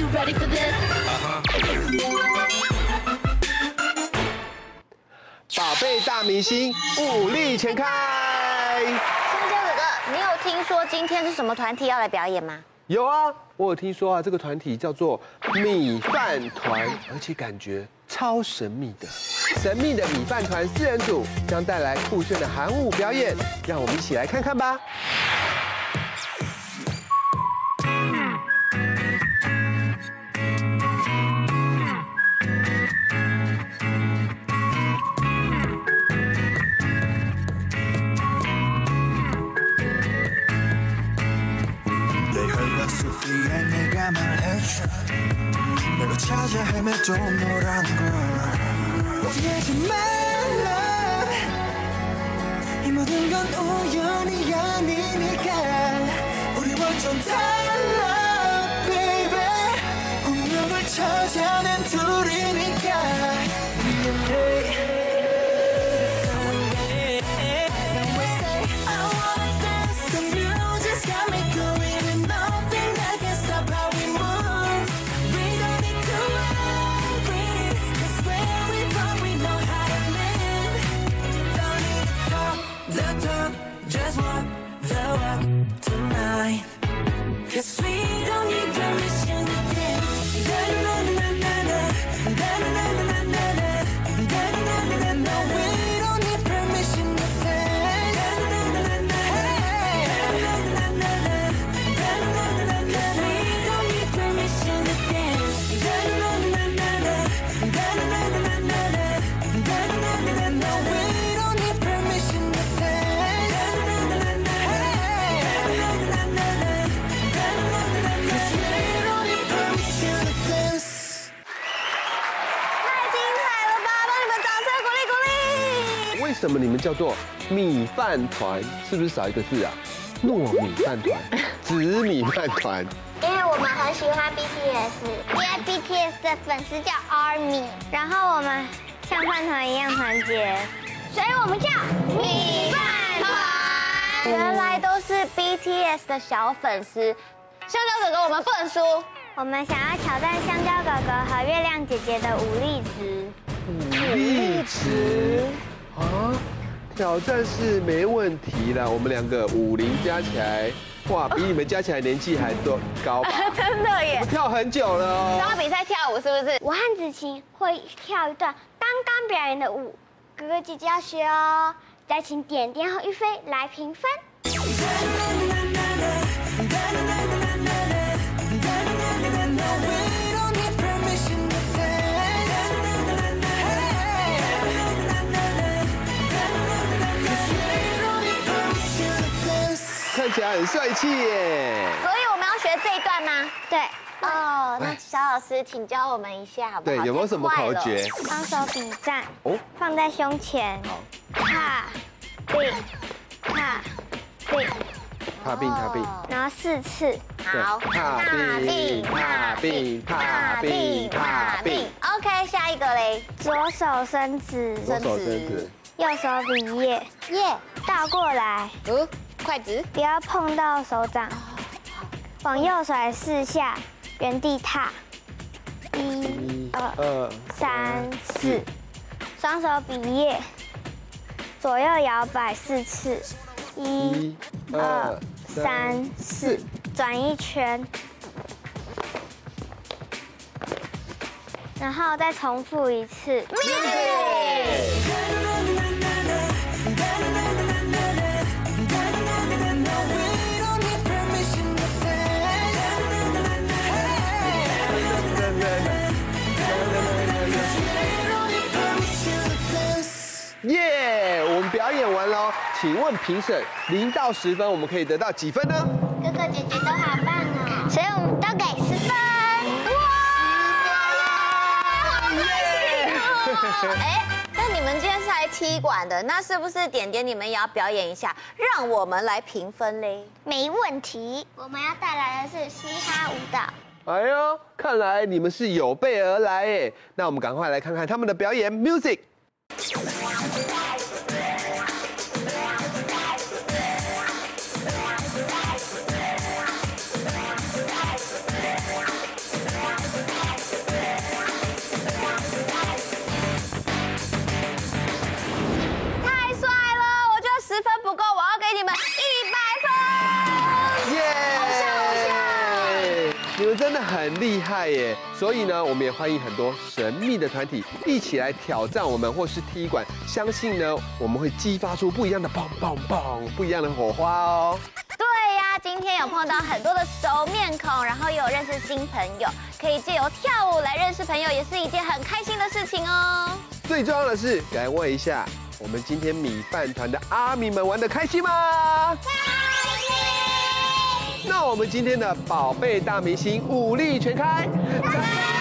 ready for this? 宝贝大明星武力全开。 香蕉哥哥，你有听说今天是什么团体要来表演吗？ 有啊，我有听说啊，这个团体叫做米饭团，而且感觉超神秘的。神秘的米饭团4人组将带来酷炫的韩舞表演，让我们一起来看看吧。 내가 말해줘 내가 찾아 헤매도 너란 걸 포기하지 말라 이 모든 건 우연이 아니니까 우리 완전 달라 baby 운명을 찾아낸 둘이니까 미안해 Just walk the walk tonight. 'Cause we don't need permission to dance. No, we don't need permission to dance. 'Cause we don't need permission to dance. No, we don't need permission to dance. 为什么你们叫做米饭团？是不是少一个字啊？糯米饭团、紫米饭团。 因为我们很喜欢 BTS， 因为 BTS 的粉丝叫 ARMY， 然后我们像饭团一样团结，所以我们叫米饭团。 原来都是 BTS 的小粉丝。香蕉哥哥，我们不能输。 我们想要挑战香蕉哥哥和月亮姐姐的武力值。 武力值啊，挑战是没问题啦。我们两个50加起来，哇，比你们加起来年纪还都高吧？ 真的耶！ 跳很久了哦。 然后比赛跳舞是不是？ 我和子晴会跳一段刚刚表演的舞，哥哥姐姐要学哦。再请点点和玉飞来评分。 看起来很帅气耶！ 所以我们要学这一段吗？ 对， 哦，那小老师请教我们一下好不好？ 对，有没有什么口诀？ 双手比赞， 哦， 放在胸前，踏并踏并， 踏并踏并， 然后4次。 好， 踏并踏并踏并踏并。 OK， 下一个嘞， 左手伸直， 左手伸直， 右手比耶， 耶， 倒过来， 筷子， 不要碰到手掌，往右甩4下，原地踏，1、2、3、4，双手比耶，左右摇摆4次，1、2、3、4，转一圈，然后再重复一次。 耶！我们表演完了，请问评审0到10分，我们可以得到几分呢？ 哥哥姐姐都好棒哦，所以我们都给10分。 哇！哎，那你们今天是来踢馆的，那是不是点点你们也要表演一下，让我们来评分嘞？ 没问题，我们要带来的是嘻哈舞蹈。 哎呦，看来你们是有备而来哎，那我们赶快来看看他们的表演 ，music。 你们真的很厉害耶！所以呢，我们也欢迎很多神秘的团体一起来挑战我们或是踢馆，相信呢，我们会激发出不一样的棒棒棒，不一样的火花哦。 对呀，今天有碰到很多的熟面孔，然后也有认识新朋友，可以借由跳舞来认识朋友，也是一件很开心的事情哦。 最重要的是，来问一下，我们今天米饭团的阿米们玩得开心吗？开心！那我们今天的宝贝大明星武力全开，加油！